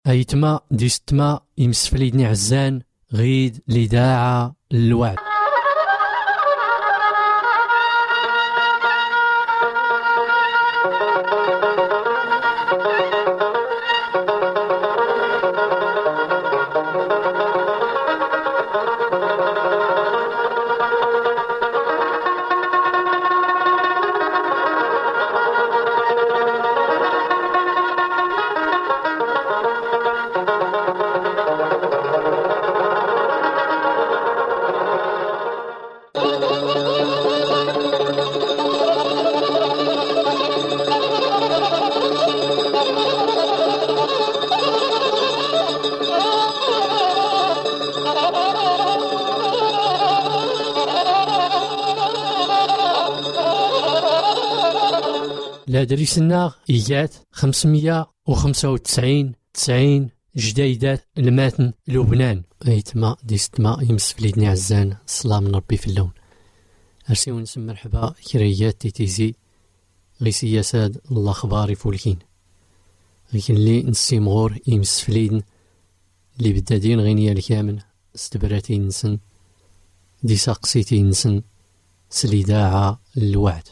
أيتما ديستما يمسفليدني عزان غيد لداعة الوعد. لادريسنا إيجات 595 90 جديدات الماتن لبنان. أيتما ديستما يمسفليدني عزان صلاة من ربي في اللون. أرسي ونسم مرحبا كريات تيتيزي غي سياساد الله خباري فولكين لكن اللي نسيمغور يمسفليدن اللي بدادين غينيا الكامن استبراتي نسن دي ساقسيتي نسن سليداعة الوعد.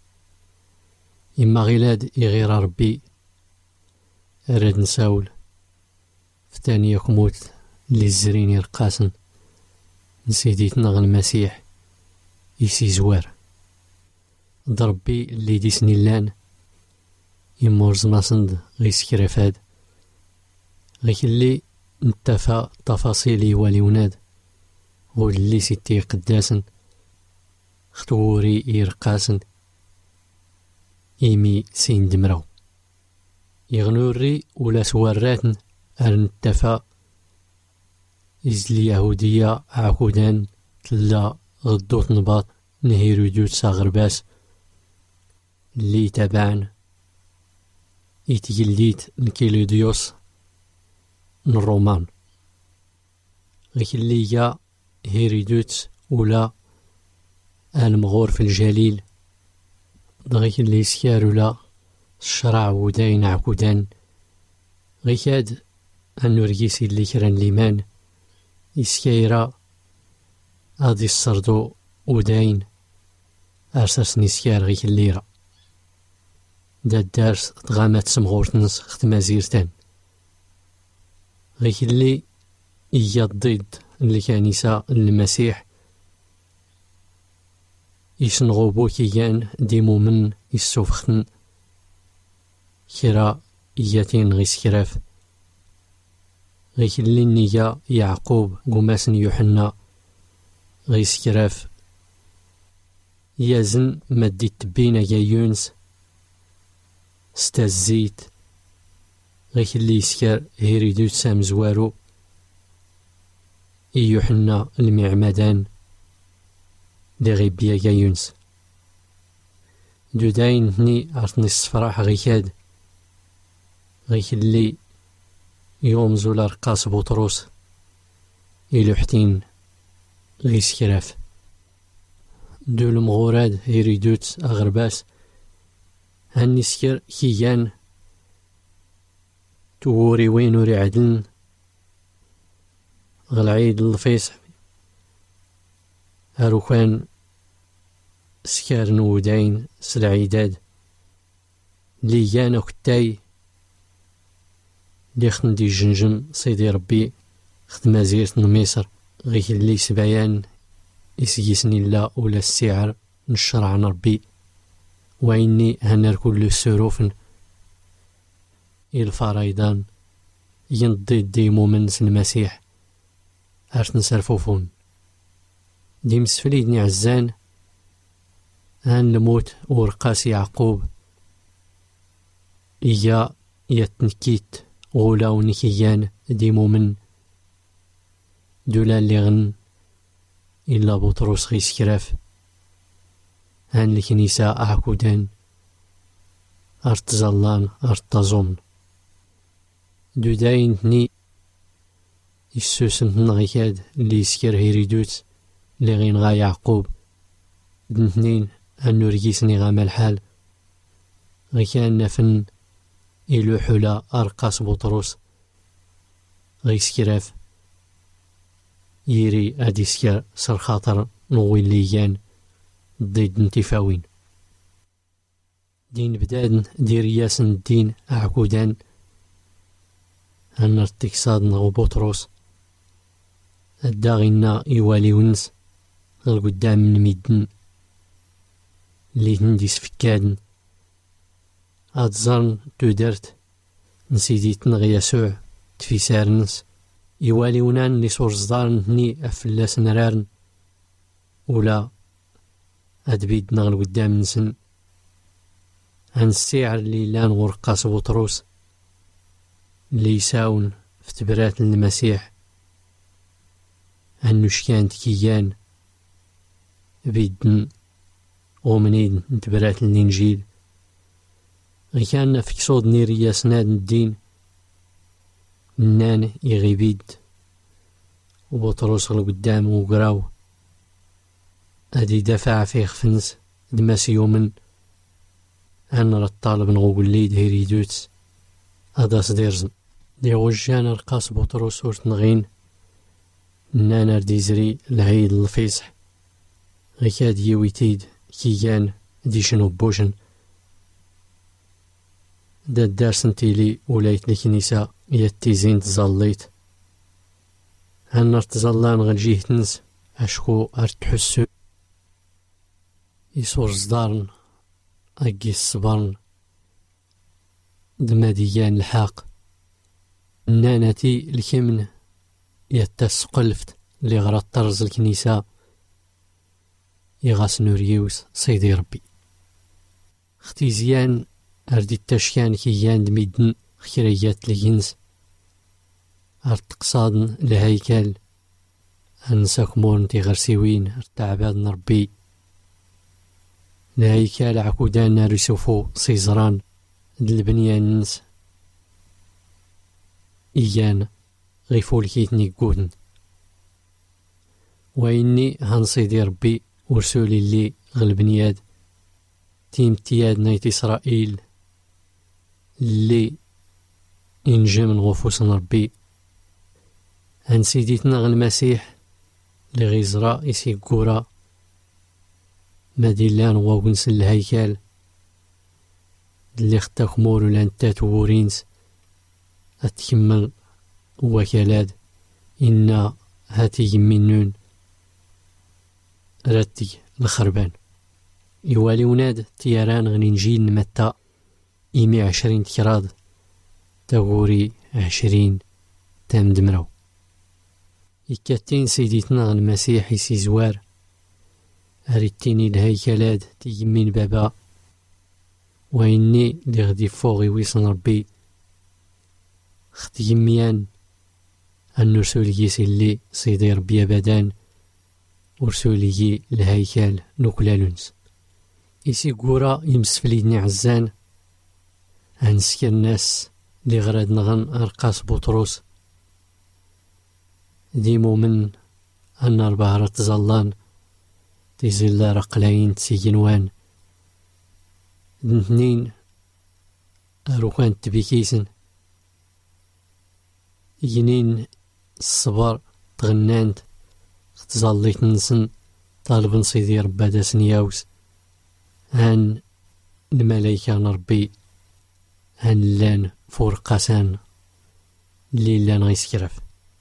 إما غيلاد يغير ربي أراد نساول فتاني كموت اللي الزرين يرقاسن نسيديتنا غن المسيح يسي زوار ضربي اللي دي سنيلان يمورز ناسند غي سكرافاد غيك اللي نتفا تفاصيلي واليوناد واللي ستي قداسن خطوري يرقاسن إيمي سين دمراو يغنوري ولا سواراتن أرنتفا إز اليهودية عكودان تلا غدوت نباط نهيرو دوت ساغرباس اللي تابعن يتجليت نكيلوديوس نرومان غيك اللي جا هيرودوت ولا المغور في الجليل غيك اللي سكارو لا الشرع وداين عكودان غيكاد أنو رجيسي اللي كران ليمان يسكايرا غادي السردو وداين أرساس نسكار غيك الليرا دا الدارس تغامات سمغورتنس ختمازيرتان غيك اللي إيا ضد اللي كان يسا المسيح يسنغو بوكيان ديمو من يسوفختن كرا إياتين غي سكراف غيك اللي نيجا يعقوب قماسن يوحنا غي سكراف يازن مدي تبينا يا يونس ستازيت غيك اللي يسكر هيريدوت سام زوارو يوحنا المعمدان دي غيبيا يا يونس دو داين هني عرفني الصفراح غيكاد غيك اللي يومزو لارقاس بطروس يلوحتين غي سكراف دو المغوراد هيريدوت أغرباس هني سكر كيان توري وين وري عدلن غالعيد الفيص هاروكان سكار نودين سلعيداد ليانا كتاي لي خندي جنجم سيدي ربي خدمة زيرت مصر غيك اللي سبعيان يسيسني الله ولا السعر نشرع عن ربي وإني هنر كل السروفن الفرايدان ينضي ديمو من المسيح أرت نسرفوفون ديم سفليدني عزان هان الموت ورقاس يعقوب إيا يتنكيت غولا ونكيان ديمو من دولا اللي غن إلا بطروس غي سكراف هان الكنيسة أعكودان أرتزالان أرتزون دو داين تني يسوسن غيكاد اللي يسكر هيريدوت اللي غين غا يعقوب دنتنين أنو رجيسني غاما الحال غيكان نفن إلو حولا أرقاس بطروس غيسكراف يري أديسكا سر خاطر نويليان ضد انتفاوين دين بدادن ديرياسن الدين أعكودان أن ارتكصاد نغو بطرس الداغينا يوالي ونس القدام من ميدن اللي تنديس فكادن أتزارن تودرت نسيدي تنغي يسوع تفيسارنس يوالي ونان لي صور صدارن هني أفلاس نرارن ولا أدبيد نغل قدام نسن عن السعر اللي لان ورقاس بطروس اللي يساون في تبرات المسيح أنوش كانت كيان بيدن ومنيد تبرات الإنجيل غي كان في صود نيريا سناد الدين نان يغيبيد وبطروس قدام وقراو أدي دفع في خفنس دماس يومن أنا الطالب نقول لي هيريدوت هذا صديرزن دي وجان رقاص بطروس ورتنغين نانا ديزري العيد الفيصح غيكاد يويتيد كيان دي شنو بوشن دا دارسن تيلي ولايت الكنيسة يتيزين تزاليت هنر تزالان غنجيه تنس أشكو أرتحسو يصور صدارن أجي الصبرن دماديان الحاق نانتي الكمن يتسقلفت اللي غرات طرز الكنيسة يغاس نوريوس سيدي ربي اختيزيان أردي التشكان كيان دميدن خيريات لجنس أرتقصادن الهيكل أنساك مورنتي غرسيوين ارتعبادن ربي الهيكل عكودان نارسوفو سيزران دالبنيان نس إيان غيفول كيتني قودن وإني هنصيدي ربي ورسولي اللي غالبنياد تيمتياد نايت إسرائيل اللي إنجا من غفوس ربي هن سيديتنا المسيح اللي غيزرا يسي قورا مديلان وونس الهيكل اللي اختاك مورو لانتات وورينس أتكمل وكالاد إنا هاتي يمينون راتي الخربان يوالي وناد تياران غنينجيل نمتا إيمي 20 تكراد تغوري 20 تام دمرو يكاتين سيديتنا المسيح يسي زوار أريتيني الهيكلاد تيمين بابا وإني اللي غدي فوغي ويصن ربي خت يميان النرسولي اللي سيدي ربي أبدان ورسولي الهيكل نوكلالونس يسي قورا يمسفليدني عزان هنسكر الناس اللي غراد نغن أرقاس بطروس ديمو من أن 4 تزلان تيزيلا رقلاين تسيجنوان دنتنين أروكان تبيكيسن ينين الصبر تغنانت تزاليت نسن طالب سيدي ربا داسن ياوس هان الملايكة نربي هان لان فورقاسان اللي لان غيسكرف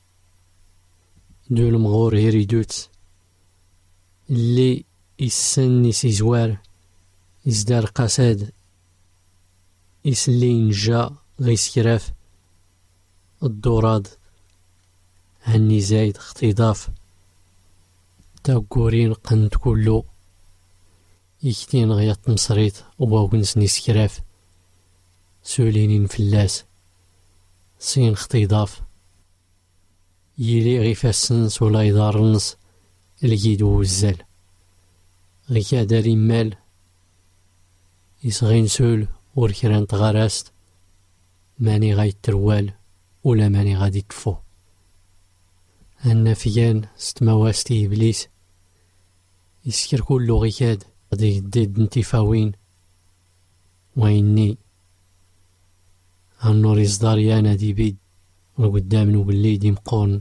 دول مغور هيريدوت اللي يسن يسيزوار يزدار قاساد يسلين جا غيسكراف الدوراد هني زايد اختضاف تاقورين قند كله يكتين غيات مصريت وواونس نسكراف سولينين فلاس سين اختضاف يلي غيفاسنس ولا يدارنس الجيدو وزال غيكا داري مال يسغين سول وركران تغاراست ماني غاي تروال ولا ماني غادي تفو النافيان ستمواستي إبليس يسكر كل غيكاد غادي يدد انتفاوين وإني هالنور يصدار يانا دي بيد وقدام نولي دي مقورن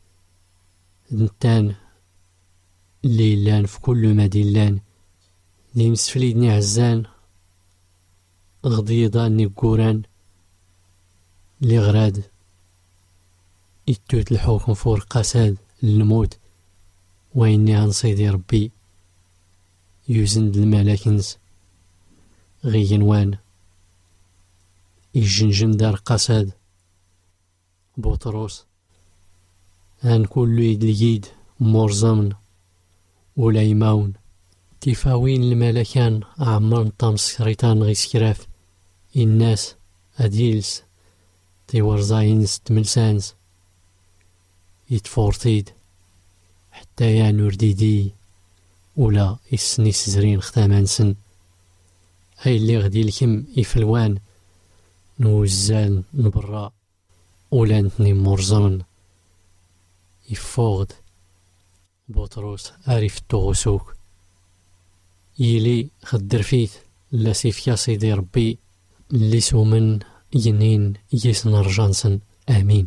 نتان اللي لان في كل مدينة دي مسفليدني عزان غضيضان نيقوران اللي غراد يتوت الحكم فور قاساد الموت وإني غنصيدي ربي يوزند الملاكنز غينوان يجنجن دار قاساد بطروس هان كل يد اليد مرزمن ولا يماون تفاوين الملكان عمر طامس ريتان غي سكراف الناس أديلس تيورزاينس تملسانس يتفورتيد حتى يا نورديدي ولا يسنيس زرين ختامانسن هاي اللي غدي الكم يفلوان نوزال نبرا ولا نتني مرزمن يفوغد بطروس عارف التغسوك يلي خدر فيت لا سيف يا سيدي ربي اللي سومن ينين يسن رجانسن امين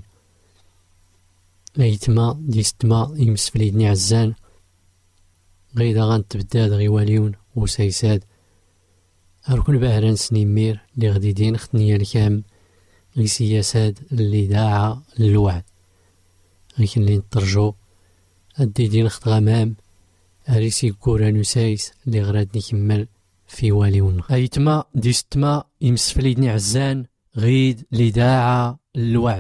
ايتما ديستما يمسفليدني عزان غيدا غنتبداد غيواليون وسيساد أركن بهران سنيمير اللي غدي دين ختنيا الكام غي سياساد اللي داعا للوعد غيكن اللي نترجو أدي دين خت غمام أريسي كورانو سايس اللي غراد نكمل في واليون أيتما ديستما يمسفليدني عزان غيد اللي داعا للوعد.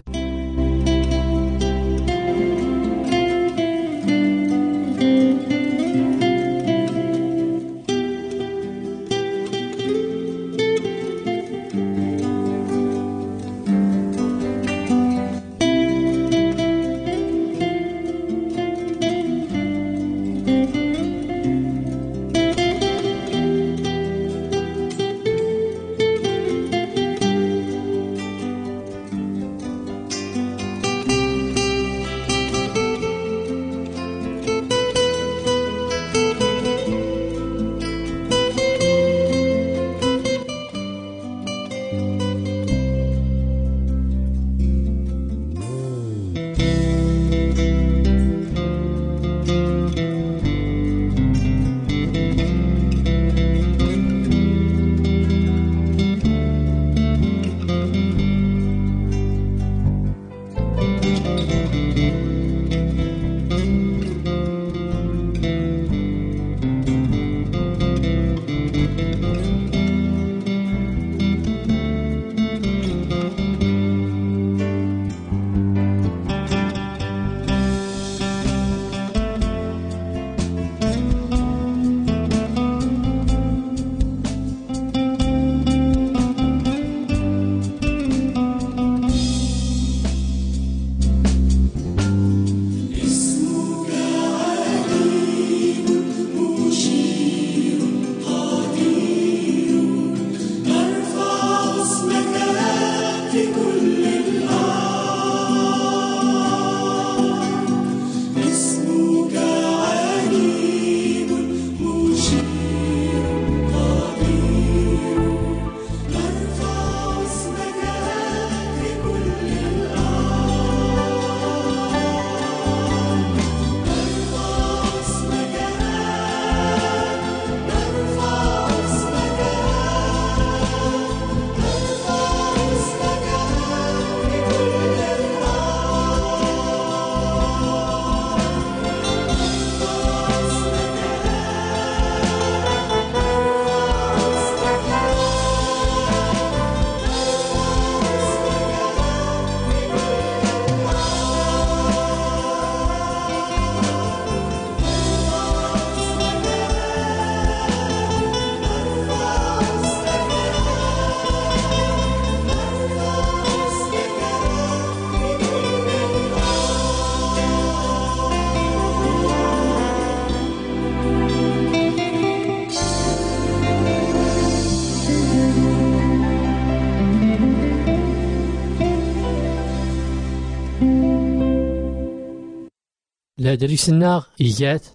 لادريسنا إيجات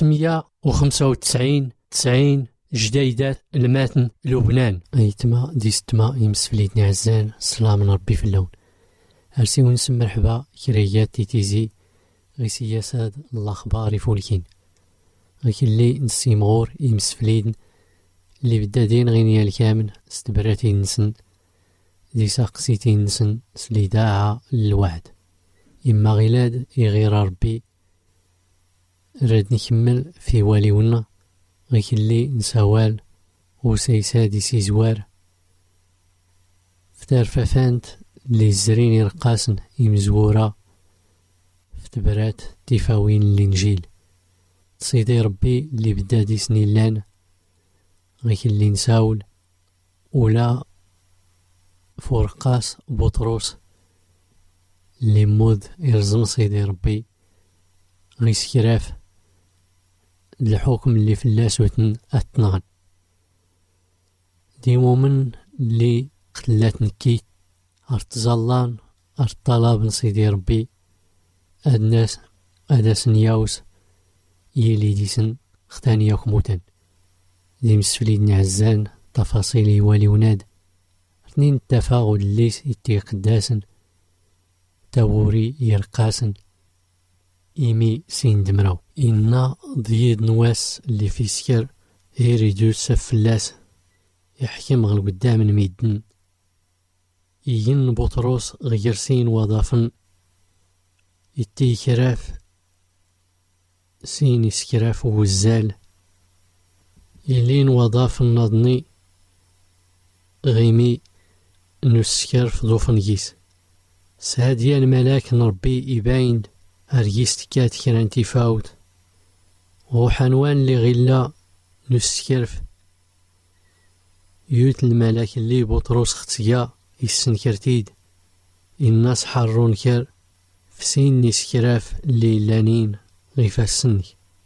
595 90 جديدات الماتن لبنان. أيتما ديستما يمسفليتني عزان سلام ربي في اللون أرسي ونسم مرحبا كريات تيتيزي غي سياسات الأخبار يفولكين غي اللي نسيمغور يمسفليدن اللي بدادين غينيا الكامن استبراتي نسن دي ساقسيتي نسن سليداعة للوعد إما غيلاد يغير ربي راد نكمل في واليونا غي اللي نسوال وسيسادي سيزوار فتار فافانت اللي زرين يرقاسن يمزورا فتبرات تفاوين الإنجيل سيدي ربي اللي بدا دي سنيلان غيك اللي نساول ولا فورقاس بطروس اللي مود يرزم سيدي ربي غي سكراف الحكم اللي في اللاسوتن أتنغن دي مومن اللي قتلات نكيت ارتزالان ارتطلاب سيدي ربي الناس اداسن ياوس يلي ديسن ختاني ياكموتن دي مسفليد نعزان تفاصيل يوالي وناد اثنين التفاغل الليس يتي قداسن تاوري يرقاسن إيمي سين دمراو إنا ضيد نواس اللي في سكر يريدو سفلاس يحكم غل قدام الميدن يين بطروس غير سين وضافن يتي كراف سين يسكراف وزال يلين وضافن نضني غيمي نسكر في ضوفن جيس ساديا الملاك نربي يباين أرجيس تكات كران تفاوت وحنوان اللي غلا نسكرف يوت الملاك اللي بطروس ختيا يسنكرتيد الناس حرون كر في سين نسكراف اللي لانين غيفاسنك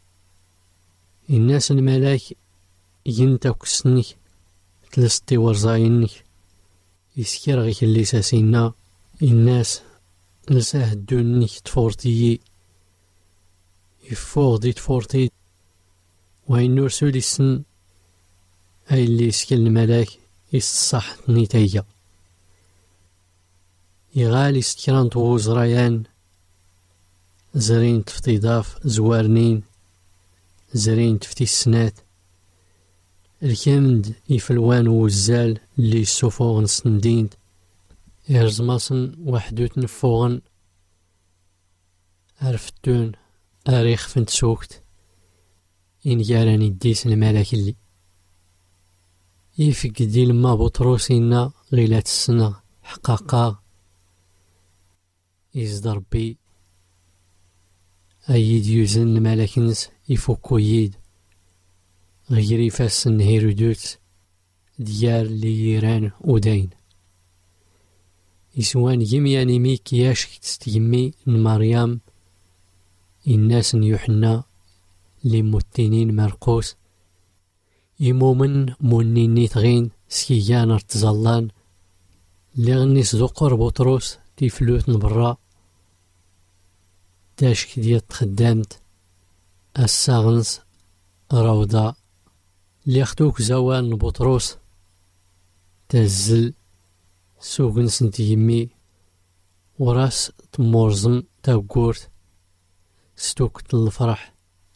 الناس الملاك ينتاك سنك تلستي ورزاينك يسكر غيك اللي ساسينا الناس لساه دونك تفورتي يفوغ دي تفورتي وين نرسل السن أي اللي يسكن الملاك يصح نتايا يغالي سكران طوز ريان زرين تفتي ضاف زوارنين زرين تفتي السنات الكامد يفلوان وزال اللي يسوفوغن سندين يرزماسن وحدوت نفوغن عرفتون أريخ فنت سوكت إن جاراني ديس الملاك اللي يفك دي لما بطروسينا غيلات السنة حقاقا يزدر بي أيد يوزن الملاك نس يفوكو يد غيري فاسن هيرودوت ديار ليران ودين يسوان يمياني ميك ياشك تستيمي مريم الناس يوحنا لمتنين مرقوس يمومن منيني تغين سكيان ارتزالان لغنيس ذقر بطروس تيفلوت نبرا تاشك ديال تخدامت الساغنس روضة ليختوك زوال بطروس تزل سوقن سنتيمي وراس تمورزم تاقورت ستوك الفرح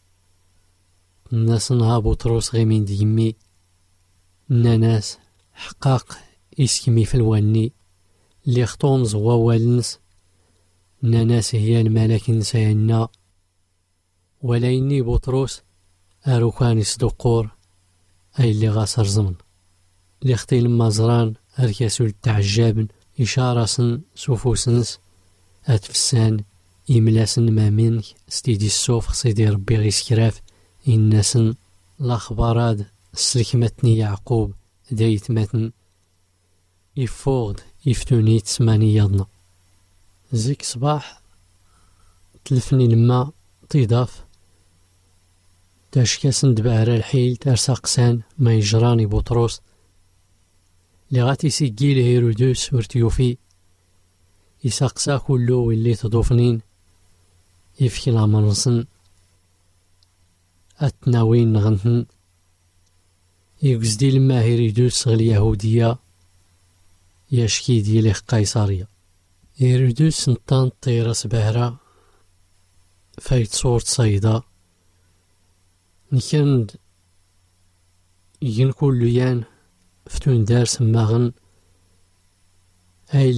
الناس نها بطروس غيمين ديمي ناس حقاق اسكمي في الواني اللي خطوم زواوالنس ناس هي الملاك نساينا وليني بطروس أروكان يصدقور أي اللي غاصر زمن اللي اختي لما زران أركاسو التعجابن إشارة سوفوسنس أتفسان إملاسن مامينك ستيدي السوف سيدي ربي غيسكراف إناسن الأخبارات سلكمتني يعقوب دايت متن يفوغد يفتوني تسماني يضنا زيك صباح تلفني لما تيضاف تاشكاسن دبعرا الحيل تارساقسان ما يجراني بطروس اللي غاتي سيقيل هيرودوس ورتيوفي يساقسا كلو اللي تضوفنين يفكي لامنصن أتناوين نغنتن يقصدي لما هيرودوس غل يهودية يشكي ديالي قيصرية يردو سنطان طيرة سبهرة فايت صورت صيدا نكن ين كل يان فتون دار سماغن هاي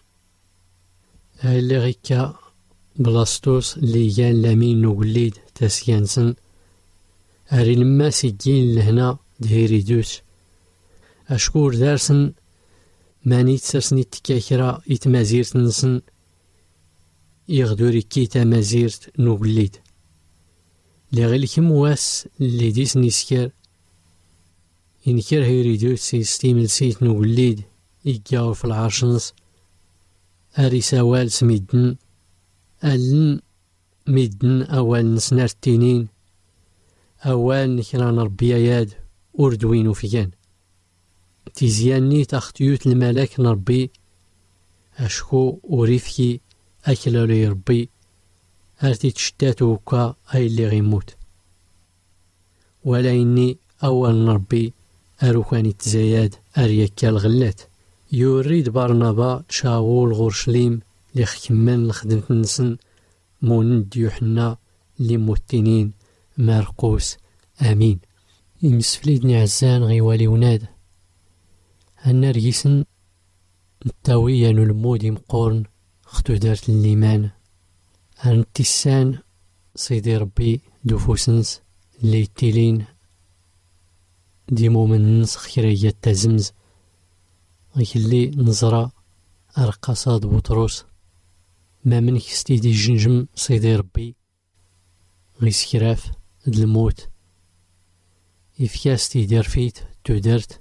اللي غيكا بلاستوس اللي يان لامين نوغليد تاسيانسن هاري لما سيجين لهنا دهيريدوس أشكور دارسن ماني تسرسني التكاكرا يتمازيرت نسن يغدوري كي تمازيرت نوغليد لي غير كمواس اللي ديس نيسكر إنكر هيريدوس سيستيمل سيت نوغليد يجاور في العرشنس هاري سوال سميدن ألن ميدن أول نسنار التنين أول نكران ربي ياد أردوين وفيان تيزياني تختيوت الملاك نربي أشكو وريفكي أكل لي ربي أرتي تشتاتو وكا أي اللي غيموت ولا إني أول نربي أروكاني تزاياد أريكا الغلات يوريد برنابا شاول غورشليم اللي خكمان لخدمة نسن موند يوحنا اللي موتينين مرقوس آمين يمسفليدني عزان غيوالي وناد هنا ريسن التاوية المود مقورن اختو دارت الليمان هان تيسان سيدي ربي دوفوسنس اللي تيلين ديمو من نسخ خيرية تازمز غيكلي نزرا أرقصاد بطروس ما من كستيدي جنجم سيدي ربي غيسكراف د الموت إفكاستي دير فيت تودرت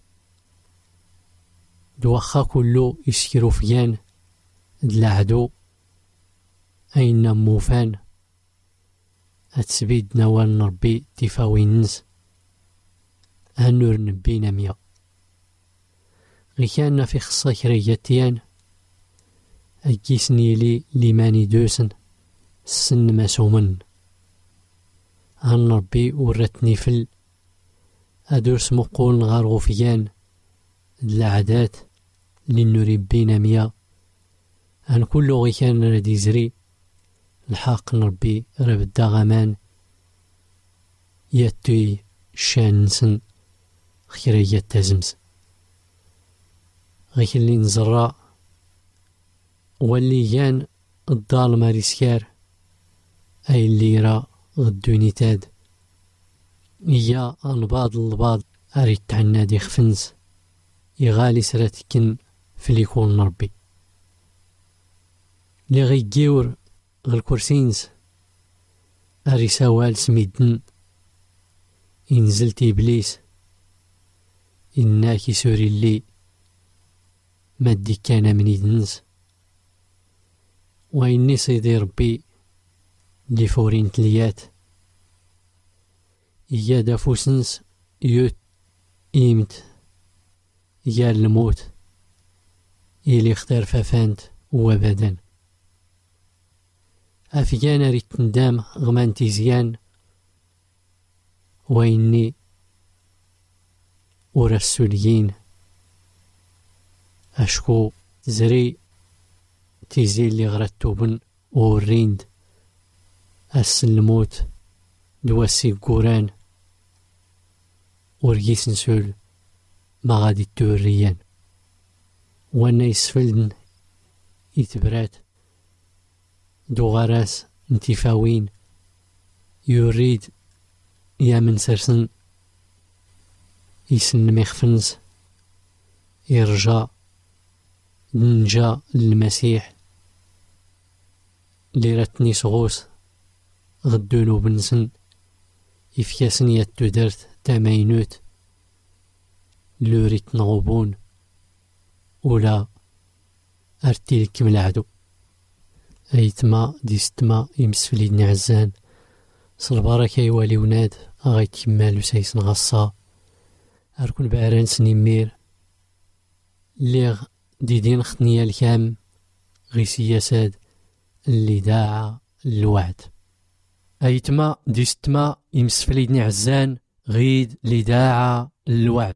دوخا كلو يسكرو فيان دلعدو أين موفان أتسبيد نوال نربي تفاوينز هنور نبينا ميا غيكان في خصا كرياتيان أجيسني لي لماني دوسن السن مسومن هن ربي ورتني فل أدرس مقول غار غفيان العادات اللي نربينا ميا هن كله غيكان ردي زري الحق نربي ربدا غمان ياتي شانسن خيرية تازمز غيكلي نزرع واللي يان الضال ماريسكار أي اللي راه غدوني تاد إيا البعض أريد تعنادي خفنس يغالي سراتكن فليكون نربي لي غيجيور غالكورسينس أري سوال سميدن إنزلت إبليس إناكي سوري اللي مادي كان من يدنس وإني سيدي ربي لي فورين تليات إيا دافوسنس يوت إيمت إيا الموت إلي اختار فافانت وابدا أفيان ريت ندام غمان تيزيان وإني ورسوليين أشكو زري تيزي اللي غرتوبن وريند الموت دواسي قوران ورقيس نسول ما غادي توريان وانا يسفلن يتبرات دو غراس انتفاوين يريد يا من سرسن يسن مخفنس يرجع ننجا للمسيح اللي راتني صغوص غدونو بنسن يفياسن ياتو درت تامينوت لوريت نغوبون ولا أرتيل كمل عدو أيتما ديستما يمسفليدني عزان صلبارك يوالي وناد أغايت كمالو سايسن غصا أركون بأران سنمير ليغ ديدين خطنيا الكام غي سياساد اللي داعا الوعد أيتما ديستما يمسفليدني عزان غيد اللي داعا الوعد